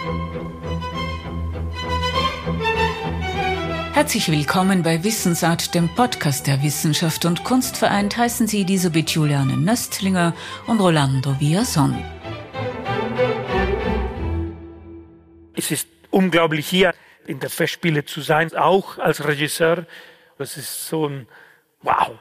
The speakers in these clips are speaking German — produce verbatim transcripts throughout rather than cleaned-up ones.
Herzlich willkommen bei Wissensart, dem Podcast der Wissenschaft und Kunst. Vereint heißen Sie Elisabeth Juliane Nöstlinger und Rolando Villazón. Es ist unglaublich, hier in der Festspiele zu sein, auch als Regisseur. Das ist so ein Wow.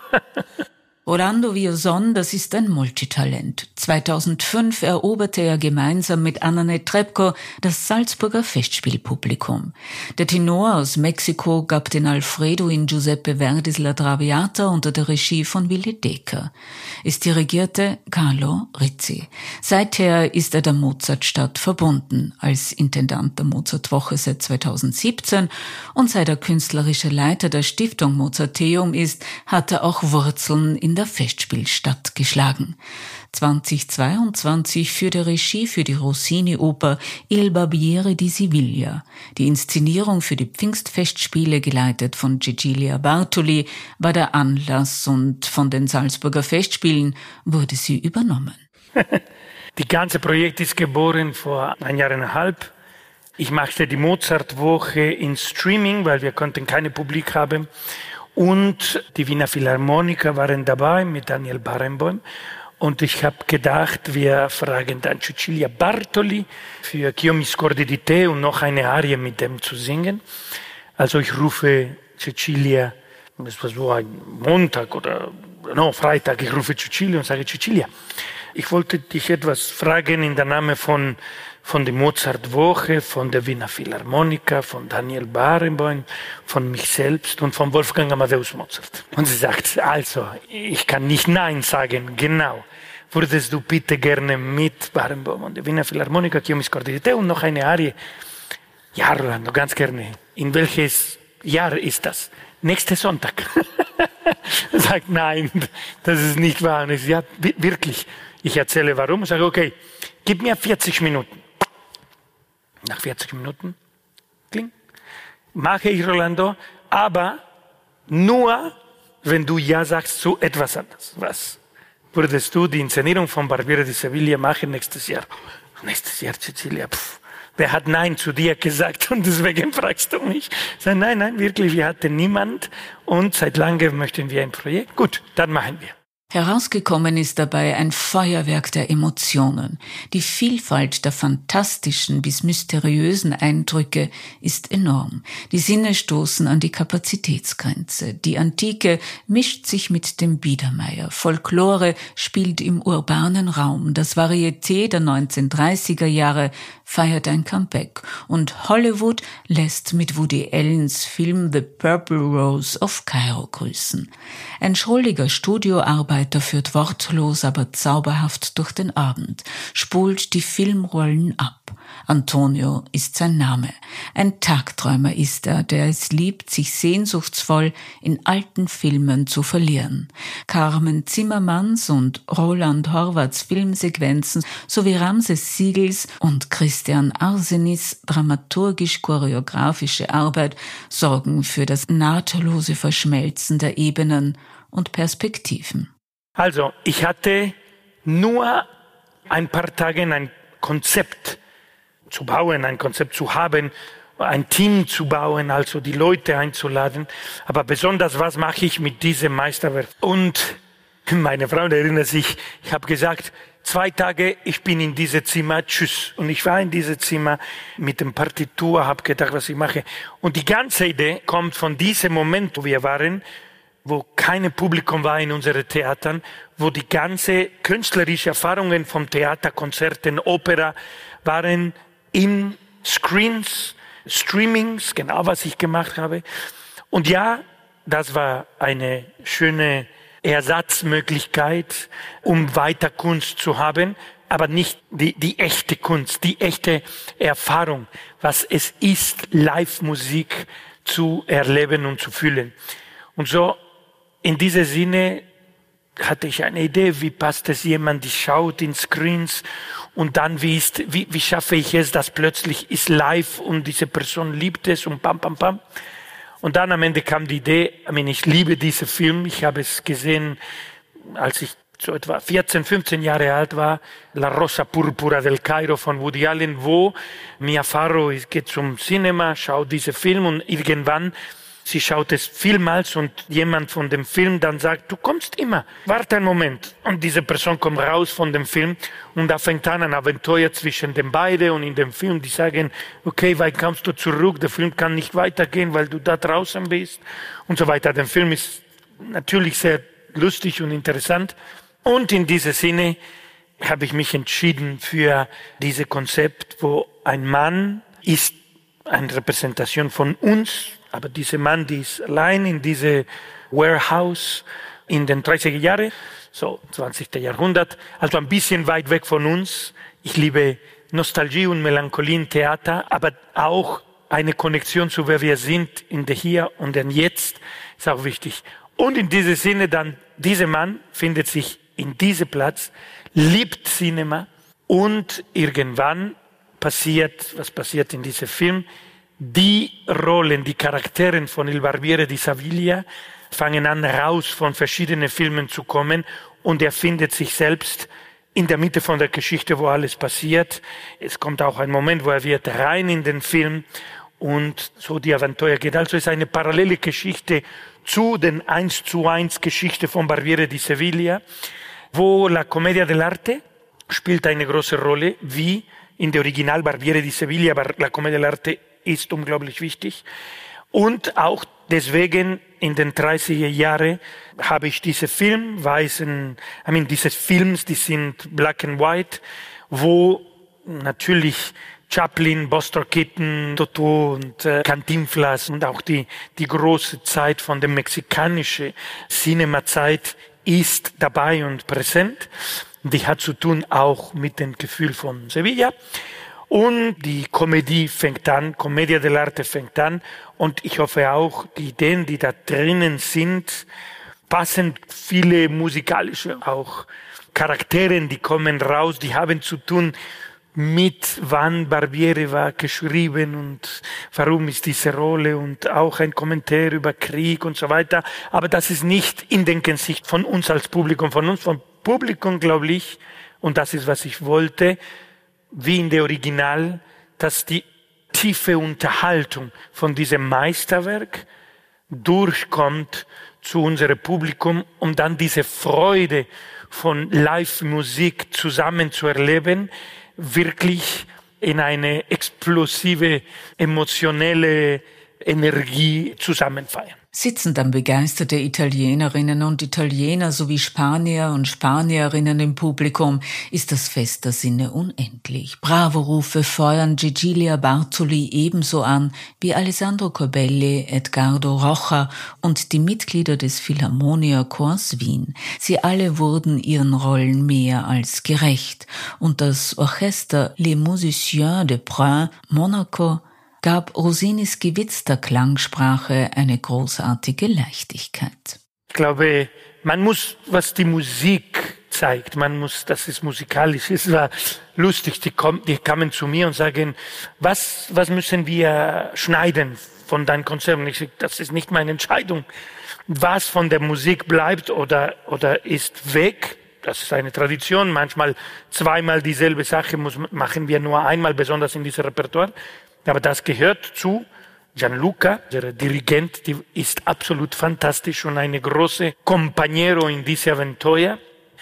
Rolando Villazón, das ist ein Multitalent. zweitausendfünf eroberte er gemeinsam mit Anna Netrebko das Salzburger Festspielpublikum. Der Tenor aus Mexiko gab den Alfredo in Giuseppe Verdis La Traviata unter der Regie von Willy Decker. Es dirigierte Carlo Rizzi. Seither ist er der Mozartstadt verbunden, als Intendant der Mozartwoche seit zweitausendsiebzehn, und seit er künstlerischer Leiter der Stiftung Mozarteum ist, hat er auch Wurzeln in der Festspielstadt geschlagen. zweitausendzweiundzwanzig führte Regie für die Rossini-Oper Il Barbiere di Siviglia. Die Inszenierung für die Pfingstfestspiele, geleitet von Cecilia Bartoli, war der Anlass, und von den Salzburger Festspielen wurde sie übernommen. Die ganze Projekt ist geboren vor ein Jahr und ein halb. Ich machte die Mozartwoche in Streaming, weil wir konnten keine Publik haben. Und die Wiener Philharmoniker waren dabei mit Daniel Barenboim. Und ich habe gedacht, wir fragen dann Cecilia Bartoli für Ch'io mi scordi di te und noch eine Arie mit dem zu singen. Also ich rufe Cecilia, es war so ein Montag oder no, Freitag, ich rufe Cecilia und sage, Cecilia, ich wollte dich etwas fragen in der Name von von der Mozartwoche, von der Wiener Philharmoniker, von Daniel Barenboim, von mich selbst und von Wolfgang Amadeus Mozart. Und sie sagt, also, ich kann nicht Nein sagen, genau. Würdest du bitte gerne mit Barenboim und der Wiener Philharmoniker, Ch'io mi scordi di te und noch eine Arie? Ja, Rolando, ganz gerne. In welches Jahr ist das? Nächsten Sonntag. Sagt, nein, das ist nicht wahr. Und ich sage, ja, wirklich. Ich erzähle warum. Ich sage, okay, gib mir vierzig Minuten. Nach vierzig Minuten, kling, mache ich Rolando, aber nur, wenn du Ja sagst zu etwas anderes. Was würdest du die Inszenierung von Barbiere di Siviglia machen nächstes Jahr? Nächstes Jahr, Cecilia, pff, wer hat Nein zu dir gesagt und deswegen fragst du mich? Ich sage, nein, nein, wirklich, wir hatten niemand und seit langem möchten wir ein Projekt. Gut, dann machen wir. Herausgekommen ist dabei ein Feuerwerk der Emotionen. Die Vielfalt der fantastischen bis mysteriösen Eindrücke ist enorm. Die Sinne stoßen an die Kapazitätsgrenze. Die Antike mischt sich mit dem Biedermeier. Folklore spielt im urbanen Raum. Das Varieté der neunzehnhundertdreißiger Jahre feiert ein Comeback. Und Hollywood lässt mit Woody Allens Film The Purple Rose of Cairo grüßen. Ein schrulliger Studioarbeiter führt wortlos, aber zauberhaft durch den Abend, spult die Filmrollen ab. Antonio ist sein Name. Ein Tagträumer ist er, der es liebt, sich sehnsuchtsvoll in alten Filmen zu verlieren. Carmen Zimmermanns und Roland Horvaths Filmsequenzen sowie Ramses Siegels und Christian Arsenis dramaturgisch-choreografische Arbeit sorgen für das nahtlose Verschmelzen der Ebenen und Perspektiven. Also, ich hatte nur ein paar Tage ein Konzept zu bauen, ein Konzept zu haben, ein Team zu bauen, also die Leute einzuladen. Aber besonders, was mache ich mit diesem Meisterwerk? Und meine Frau erinnert sich, ich habe gesagt, zwei Tage, ich bin in diesem Zimmer, tschüss. Und ich war in diesem Zimmer mit dem Partitur, habe gedacht, was ich mache. Und die ganze Idee kommt von diesem Moment, wo wir waren, wo kein Publikum war in unseren Theatern, wo die ganze künstlerische Erfahrungen vom Theater, Konzerten, Opera waren in Screens, Streamings, genau was ich gemacht habe. Und ja, das war eine schöne Ersatzmöglichkeit, um weiter Kunst zu haben, aber nicht die, die echte Kunst, die echte Erfahrung, was es ist, Live-Musik zu erleben und zu fühlen. Und so in diesem Sinne hatte ich eine Idee, wie passt es jemand, die schaut in Screens und dann wie ist, wie, wie schaffe ich es, dass plötzlich ist live und diese Person liebt es und pam, pam, pam. Und dann am Ende kam die Idee, ich meine, ich liebe diesen Film, ich habe es gesehen, als ich so etwa vierzehn, fünfzehn Jahre alt war, La Rosa Purpura del Cairo von Woody Allen, wo Mia Farrow geht zum Cinema, schaut diesen Film und irgendwann, sie schaut es vielmals und jemand von dem Film dann sagt, du kommst immer, warte einen Moment. Und diese Person kommt raus von dem Film und da fängt an ein Abenteuer zwischen den beiden und in dem Film, die sagen, okay, wann kommst du zurück, der Film kann nicht weitergehen, weil du da draußen bist und so weiter. Der Film ist natürlich sehr lustig und interessant. Und in diesem Sinne habe ich mich entschieden für dieses Konzept, wo ein Mann ist eine Repräsentation von uns, aber dieser Mann, die ist allein in diese Warehouse in den dreißiger Jahren, so zwanzigsten Jahrhundert, also ein bisschen weit weg von uns. Ich liebe Nostalgie und Melancholie im Theater, aber auch eine Konnexion zu wer wir sind in der Hier und den Jetzt ist auch wichtig. Und in diesem Sinne dann, dieser Mann findet sich in diesem Platz, liebt Cinema und irgendwann passiert, was passiert in diesem Film, die Rollen, die Charaktere von Il Barbiere di Sevilla fangen an, raus von verschiedenen Filmen zu kommen und er findet sich selbst in der Mitte von der Geschichte, wo alles passiert. Es kommt auch ein Moment, wo er wird rein in den Film und so die Abenteuer geht. Also es ist eine parallele Geschichte zu den eins zu eins Geschichte von Barbiere di Sevilla, wo La Commedia dell'Arte spielt eine große Rolle, wie in der Original Barbiere di Sevilla, aber La Commedia dell'Arte ist unglaublich wichtig. Und auch deswegen in den dreißiger Jahren habe ich diese Film, weißen, I mean, diese Films, die sind black and white, wo natürlich Chaplin, Buster Keaton, Totó und äh, Cantinflas und auch die, die große Zeit von der mexikanischen Cinemazeit ist dabei und präsent. Die hat zu tun auch mit dem Gefühl von Sevilla. Und die Komödie fängt an, Commedia dell'Arte fängt an. Und ich hoffe auch, die Ideen, die da drinnen sind, passen viele musikalische auch Charaktere, die kommen raus, die haben zu tun mit wann Barbiere war geschrieben und warum ist diese Rolle und auch ein Kommentar über Krieg und so weiter. Aber das ist nicht in der Sicht von uns als Publikum, von uns, vom Publikum, glaube ich, und das ist, was ich wollte, wie in der Original, dass die tiefe Unterhaltung von diesem Meisterwerk durchkommt zu unserem Publikum, um dann diese Freude von Live-Musik zusammen zu erleben, wirklich in eine explosive, emotionelle Energie zusammenfeiern. Sitzen dann begeisterte Italienerinnen und Italiener sowie Spanier und Spanierinnen im Publikum, ist das Fest der Sinne unendlich. Bravo-Rufe feuern Gigilia Bartoli ebenso an wie Alessandro Corbelli, Edgardo Rocha und die Mitglieder des Philharmonia-Chors Wien. Sie alle wurden ihren Rollen mehr als gerecht. Und das Orchester Les Musiciens de Provence, Monaco, gab Rossinis gewitzter Klangsprache eine großartige Leichtigkeit. Ich glaube, man muss, was die Musik zeigt, man muss, das ist musikalisch. Es war lustig, die, kommen, die kamen zu mir und sagen, was, was müssen wir schneiden von deinem Konzert? Und ich sage, das ist nicht meine Entscheidung. Was von der Musik bleibt oder, oder ist weg, das ist eine Tradition. Manchmal zweimal dieselbe Sache muss, machen wir nur einmal, besonders in diesem Repertoire. Aber das gehört zu Gianluca, der Dirigent, die ist absolut fantastisch und eine große Compañero in diese Abenteuer.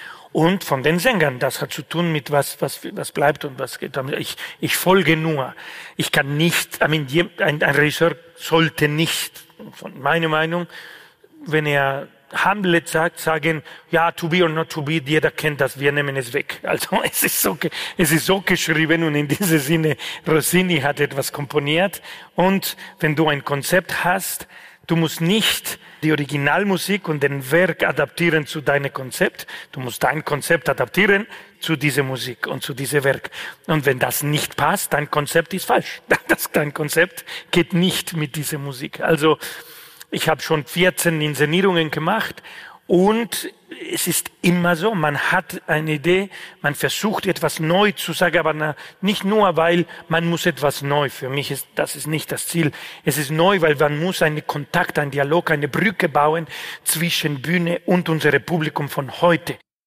Und von den Sängern, das hat zu tun mit was, was, was bleibt und was geht. Ich, ich folge nur. Ich kann nicht, I mean, ein, ein Regisseur sollte nicht, von meiner Meinung, wenn er Hamlet sagt, sagen, ja, to be or not to be, jeder kennt das, wir nehmen es weg. Also es ist so, es ist so geschrieben und in diesem Sinne, Rossini hat etwas komponiert und wenn du ein Konzept hast, du musst nicht die Originalmusik und den Werk adaptieren zu deinem Konzept, du musst dein Konzept adaptieren zu dieser Musik und zu diesem Werk. Und wenn das nicht passt, dein Konzept ist falsch. Das, dein Konzept geht nicht mit dieser Musik. Also ich habe schon vierzehn Inszenierungen gemacht und es ist immer so, man hat eine Idee, man versucht etwas neu zu sagen, aber nicht nur, weil man muss etwas neu. Für mich ist das ist nicht das Ziel. Es ist neu, weil man muss einen Kontakt, einen Dialog, eine Brücke bauen zwischen Bühne und unserem Publikum von heute.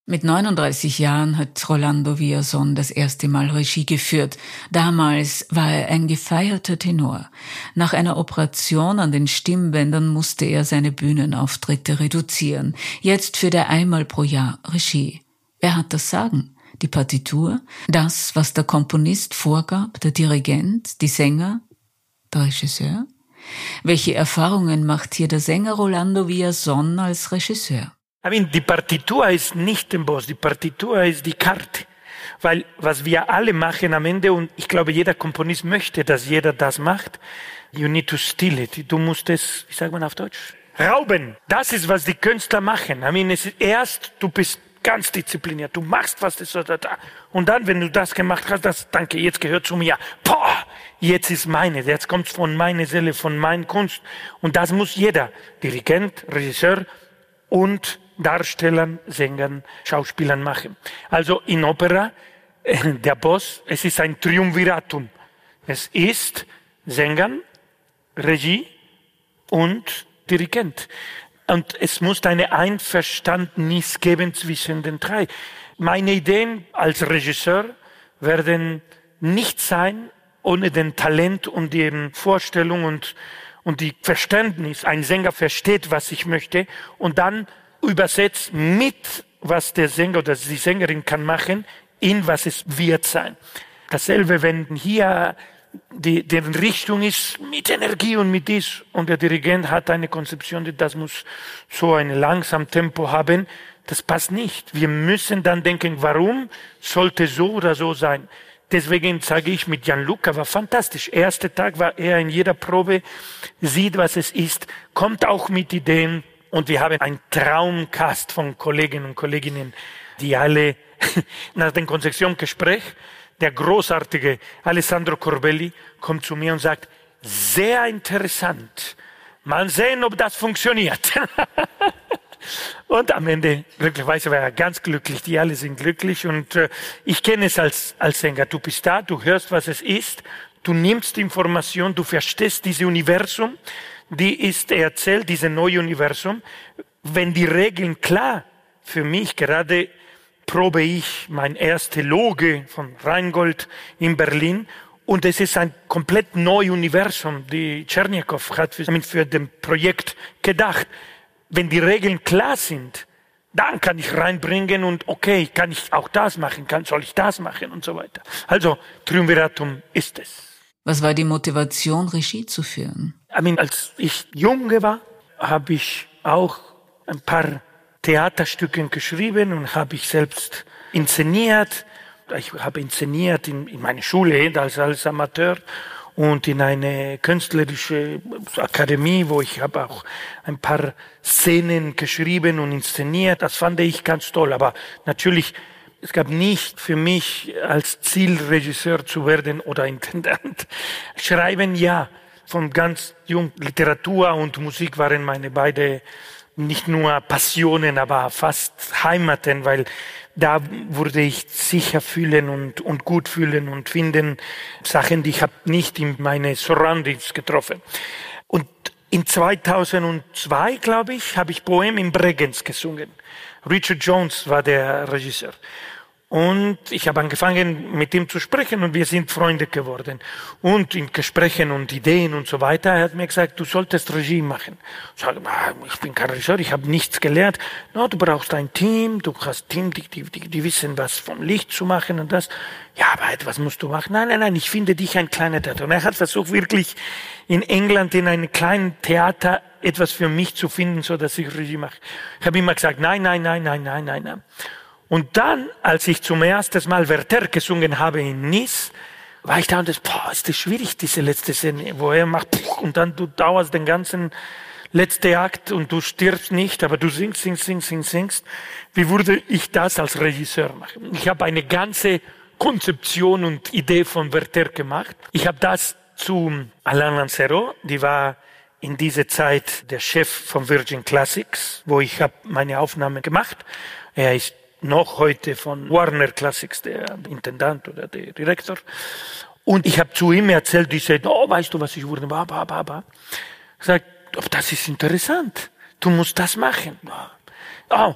Mit neununddreißig Jahren hat Rolando Villazón das erste Mal Regie geführt. Damals war er ein gefeierter Tenor. Nach einer Operation an den Stimmbändern musste er seine Bühnenauftritte reduzieren. Jetzt führt er einmal pro Jahr Regie. Wer hat das Sagen? Die Partitur? Das, was der Komponist vorgab, der Dirigent, die Sänger, der Regisseur? Welche Erfahrungen macht hier der Sänger Rolando Villazón als Regisseur? I mean, die Partitur ist nicht der Boss, die Partitur ist die Karte. Weil was wir alle machen am Ende, und ich glaube, jeder Komponist möchte, dass jeder das macht, you need to steal it. Du musst es, wie sagt man auf Deutsch? Rauben. Das ist, was die Künstler machen. I mean, es ist erst, du bist ganz diszipliniert, du machst was das oder da. Und dann, wenn du das gemacht hast, das, danke, jetzt gehört zu mir. Boah, jetzt ist meine, jetzt kommt von meiner Seele, von meiner Kunst. Und das muss jeder, Dirigent, Regisseur und Darstellern, Sängern, Schauspielern machen. Also in Opera, äh, der Boss, es ist ein Triumviratum. Es ist Sängern, Regie und Dirigent. Und es muss eine Einverständnis geben zwischen den drei. Meine Ideen als Regisseur werden nicht sein ohne den Talent und die Vorstellung und, und die Verständnis. Ein Sänger versteht, was ich möchte und dann übersetzt mit, was der Sänger oder die Sängerin kann machen, in was es wird sein. Dasselbe, wenn hier die, deren Richtung ist mit Energie und mit dies und der Dirigent hat eine Konzeption, die das muss so ein langsames Tempo haben, das passt nicht. Wir müssen dann denken, warum sollte so oder so sein? Deswegen sage ich, mit Gianluca war fantastisch. Erster Tag war er in jeder Probe, sieht, was es ist, kommt auch mit Ideen. Und wir haben einen Traumcast von Kolleginnen und Kolleginnen, die alle nach dem Konzeptionsgespräch, der großartige Alessandro Corbelli kommt zu mir und sagt, sehr interessant, mal sehen, ob das funktioniert. Und am Ende, glücklicherweise war er ganz glücklich, die alle sind glücklich und äh, ich kenne es als, als Sänger, du bist da, du hörst, was es ist, du nimmst die Information, du verstehst dieses Universum, die ist erzählt, dieses neue Universum. Wenn die Regeln klar, für mich gerade probe ich mein erste Loge von Rheingold in Berlin und es ist ein komplett neues Universum, die Tschernjakow hat für, für das Projekt gedacht. Wenn die Regeln klar sind, dann kann ich reinbringen und okay, kann ich auch das machen, kann, soll ich das machen und so weiter. Also Triumviratum ist es. Was war die Motivation, Regie zu führen? I mean, als ich jung war, habe ich auch ein paar Theaterstücke geschrieben und habe ich selbst inszeniert. Ich habe inszeniert in, in meiner Schule als, als Amateur und in eine künstlerische Akademie, wo ich habe auch ein paar Szenen geschrieben und inszeniert. Das fand ich ganz toll. Aber natürlich, es gab nicht für mich als Ziel, Regisseur zu werden oder Intendant. Schreiben, ja. Von ganz jung, Literatur und Musik waren meine beide nicht nur Passionen, aber fast Heimaten, weil da würde ich sicher fühlen und, und gut fühlen und finden Sachen, die ich habe nicht in meine Surroundings getroffen. Und in zweitausendzwei, glaube ich, habe ich Bohème in Bregenz gesungen. Richard Jones war der Regisseur. Und ich habe angefangen, mit ihm zu sprechen und wir sind Freunde geworden. Und in Gesprächen und Ideen und so weiter, er hat mir gesagt, du solltest Regie machen. Ich sage, ich bin kein Regisseur, ich habe nichts gelernt. No, du brauchst ein Team, du hast ein Team, die, die, die, die wissen, was vom Licht zu machen und das. Ja, aber etwas musst du machen. Nein, nein, nein, ich finde dich ein kleiner Theater. Und er hat versucht, wirklich in England in einem kleinen Theater etwas für mich zu finden, so dass ich Regie mache. Ich habe immer gesagt, nein, nein, nein, nein, nein, nein, nein. Und dann, als ich zum ersten Mal Werther gesungen habe in Nice, war ich da und das, boah, ist das schwierig, diese letzte Szene, wo er macht, und dann du dauerst den ganzen letzten Akt und du stirbst nicht, aber du singst, singst, singst, singst, singst. Wie würde ich das als Regisseur machen? Ich habe eine ganze Konzeption und Idee von Werther gemacht. Ich habe das zu Alain Lancelot, die war in dieser Zeit der Chef von Virgin Classics, wo ich habe meine Aufnahmen gemacht. Er ist noch heute von Warner Classics, der Intendant oder der Direktor. Und ich habe zu ihm erzählt, ich sagte, oh, weißt du, was ich wurde? Ba, ba, ba, ba. Ich sage, oh, das ist interessant. Du musst das machen. Oh,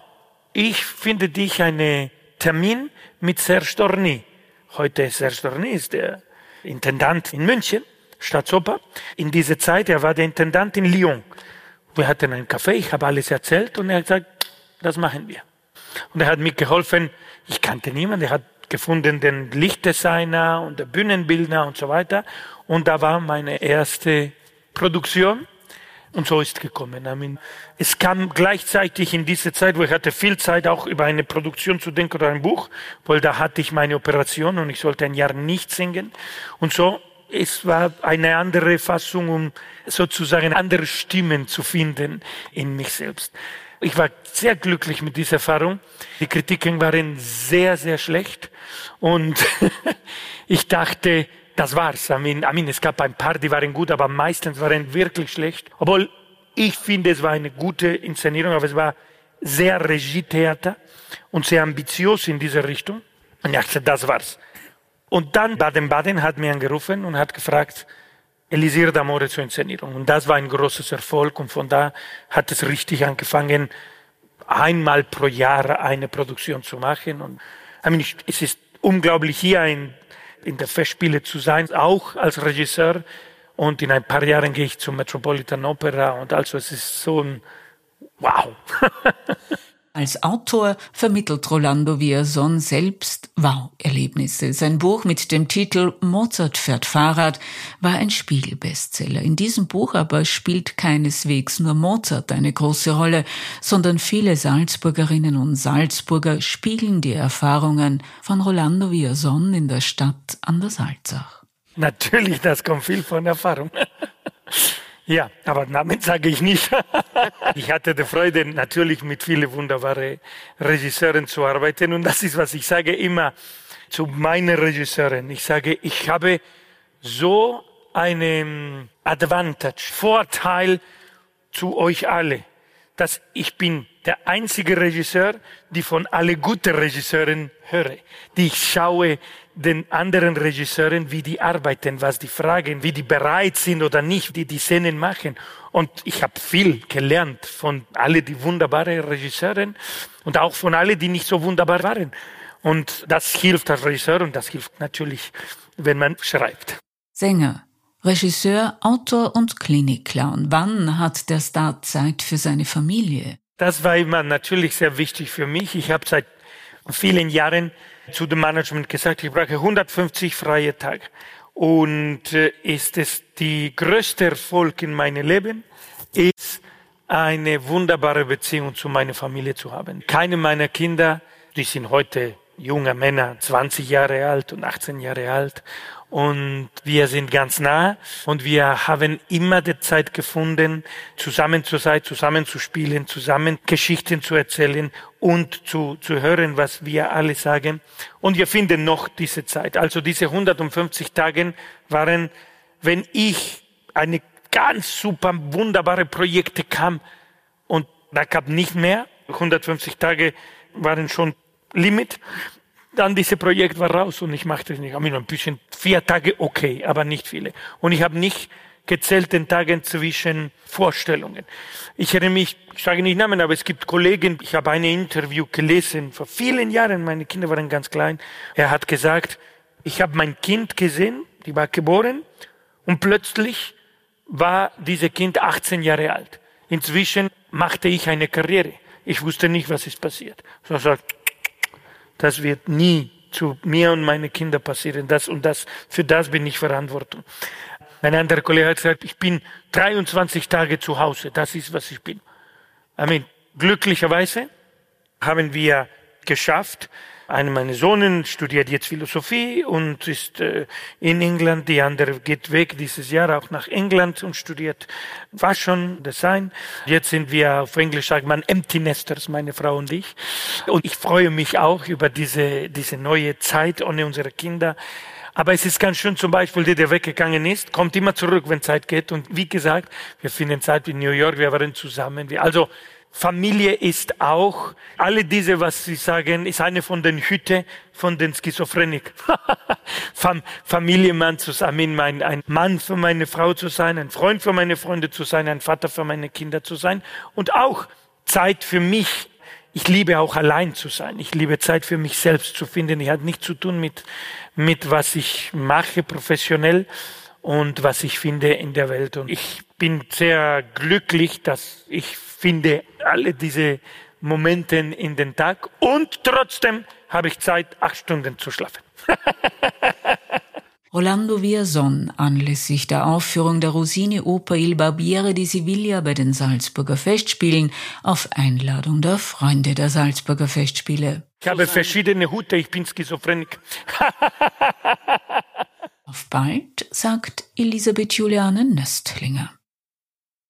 ich finde dich einen Termin mit Serge Dorny. Heute Serge Dorny ist der Intendant in München, Staatsoper. In dieser Zeit, er war der Intendant in Lyon. Wir hatten einen Café, ich habe alles erzählt und er hat gesagt, das machen wir. Und er hat mir geholfen, ich kannte niemanden, er hat gefunden den Lichtdesigner und der Bühnenbildner und so weiter. Und da war meine erste Produktion und so ist gekommen. I mean, es kam gleichzeitig in diese Zeit, wo ich hatte viel Zeit auch über eine Produktion zu denken oder ein Buch, weil da hatte ich meine Operation und ich sollte ein Jahr nicht singen. Und so, es war eine andere Fassung, um sozusagen andere Stimmen zu finden in mich selbst. Ich war sehr glücklich mit dieser Erfahrung. Die Kritiken waren sehr, sehr schlecht. Und ich dachte, das war's. I mean, I mean, es gab ein paar, die waren gut, aber meistens waren wirklich schlecht. Obwohl ich finde, es war eine gute Inszenierung, aber es war sehr Regietheater und sehr ambitiös in dieser Richtung. Und ich dachte, das war's. Und dann Baden-Baden hat mir angerufen und hat gefragt, Elisir d'Amore zur Inszenierung. Und das war ein großes Erfolg und von da hat es richtig angefangen, einmal pro Jahr eine Produktion zu machen. Und I mean, es ist unglaublich, hier in, in der Festspiele zu sein, auch als Regisseur. Und in ein paar Jahren gehe ich zum Metropolitan Opera und also es ist so ein Wow. Als Autor vermittelt Rolando Villazón selbst Wow-Erlebnisse. Sein Buch mit dem Titel Mozart fährt Fahrrad war ein Spiegel-Bestseller. In diesem Buch aber spielt keineswegs nur Mozart eine große Rolle, sondern viele Salzburgerinnen und Salzburger spiegeln die Erfahrungen von Rolando Villazón in der Stadt an der Salzach. Natürlich, das kommt viel von Erfahrung. Ja, aber Namen sage ich nicht. Ich hatte die Freude, natürlich mit vielen wunderbaren Regisseuren zu arbeiten. Und das ist, was ich sage immer zu meinen Regisseuren. Ich sage, ich habe so einen Advantage, Vorteil zu euch alle, dass ich bin der einzige Regisseur, die von alle guten Regisseuren höre. Die ich schaue den anderen Regisseuren, wie die arbeiten, was die fragen, wie die bereit sind oder nicht, die die Szenen machen. Und ich habe viel gelernt von alle die wunderbaren Regisseuren und auch von alle, die nicht so wunderbar waren. Und das hilft als Regisseur und das hilft natürlich, wenn man schreibt. Sänger, Regisseur, Autor und Klinikclown. Wann hat der Star Zeit für seine Familie? Das war immer natürlich sehr wichtig für mich. Ich habe seit vielen Jahren zu dem Management gesagt, ich brauche hundertfünfzig freie Tage. Und äh, ist es die größte Erfolg in meinem Leben, ist eine wunderbare Beziehung zu meiner Familie zu haben. Keine meiner Kinder, die sind heute junge Männer, zwanzig Jahre alt und achtzehn Jahre alt. Und wir sind ganz nah und wir haben immer die Zeit gefunden, zusammen zu sein, zusammen zu spielen, zusammen Geschichten zu erzählen und zu, zu hören, was wir alle sagen. Und wir finden noch diese Zeit. Also diese hundertfünfzig Tage waren, wenn ich eine ganz super, wunderbare Projekte kam und da gab nicht mehr. hundertfünfzig Tage waren schon Limit. Dann dieses Projekt war raus und ich machte es nicht. Ich habe ein bisschen, vier Tage okay, aber nicht viele. Und ich habe nicht gezählt den Tagen zwischen Vorstellungen. Ich erinnere mich, ich sage nicht Namen, aber es gibt Kollegen, ich habe ein Interview gelesen, vor vielen Jahren, meine Kinder waren ganz klein. Er hat gesagt, ich habe mein Kind gesehen, die war geboren und plötzlich war dieses Kind achtzehn Jahre alt. Inzwischen machte ich eine Karriere. Ich wusste nicht, was ist passiert. So sagt, das wird nie zu mir und meine Kinder passieren. Das und das, für das bin ich verantwortlich. Ein anderer Kollege hat gesagt, ich bin dreiundzwanzig Tage zu Hause. Das ist, was ich bin. I mean, glücklicherweise haben wir geschafft. Einer meiner Sohn studiert jetzt Philosophie und ist äh, in England. Die andere geht weg dieses Jahr auch nach England und studiert Fashion, Design. Jetzt sind wir, auf Englisch sagt man, Empty Nesters, meine Frau und ich. Und ich freue mich auch über diese, diese neue Zeit ohne unsere Kinder. Aber es ist ganz schön, zum Beispiel, der, der weggegangen ist, kommt immer zurück, wenn Zeit geht. Und wie gesagt, wir finden Zeit in New York, wir waren zusammen. Wir, also, Familie ist auch, alle diese, was Sie sagen, ist eine von den Hüten von den Schizophrenik. Fam- Familienmann zu sein, ein, ein Mann für meine Frau zu sein, ein Freund für meine Freunde zu sein, ein Vater für meine Kinder zu sein und auch Zeit für mich ich liebe auch allein zu sein. Ich liebe Zeit für mich selbst zu finden. Ich habe nichts zu tun mit, mit was ich mache professionell und was ich finde in der Welt. Und ich bin sehr glücklich, dass ich finde alle diese Momente in den Tag und trotzdem habe ich Zeit, acht Stunden zu schlafen. Rolando Villazón anlässlich der Aufführung der Rossini-Oper Il Barbiere di Siviglia bei den Salzburger Festspielen auf Einladung der Freunde der Salzburger Festspiele. Ich habe verschiedene Hute, ich bin Schizophreniker. Auf bald, sagt Elisabeth Juliane Nöstlinger.